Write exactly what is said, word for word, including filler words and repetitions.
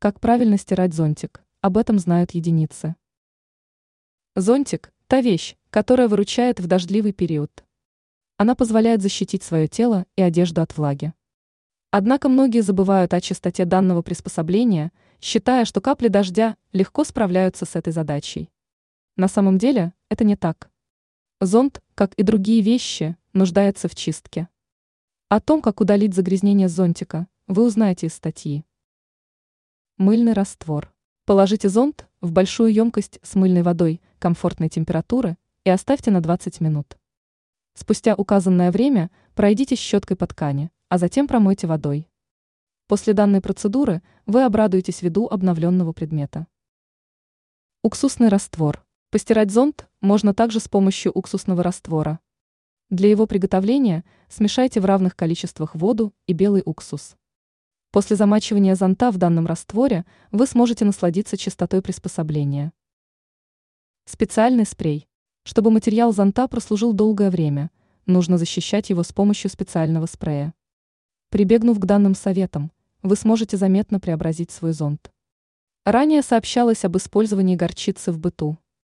Как правильно стирать зонтик? Об этом знают единицы. Зонтик – та вещь, которая выручает в дождливый период. Она позволяет защитить свое тело и одежду от влаги. Однако многие забывают о чистоте данного приспособления, считая, что капли дождя легко справляются с этой задачей. На самом деле это не так. Зонт, как и другие вещи, нуждается в чистке. О том, как удалить загрязнение с зонтика, вы узнаете из статьи. Мыльный раствор. Положите зонт в большую емкость с мыльной водой комфортной температуры и оставьте на двадцать минут. Спустя указанное время пройдитесь щеткой по ткани, а затем промойте водой. После данной процедуры вы обрадуетесь виду обновленного предмета. Уксусный раствор. Постирать зонт можно также с помощью уксусного раствора. Для его приготовления смешайте в равных количествах воду и белый уксус. После замачивания зонта в данном растворе вы сможете насладиться чистотой приспособления. Специальный спрей. Чтобы материал зонта прослужил долгое время, нужно защищать его с помощью специального спрея. Прибегнув к данным советам, вы сможете заметно преобразить свой зонт. Ранее сообщалось об использовании горчицы в быту.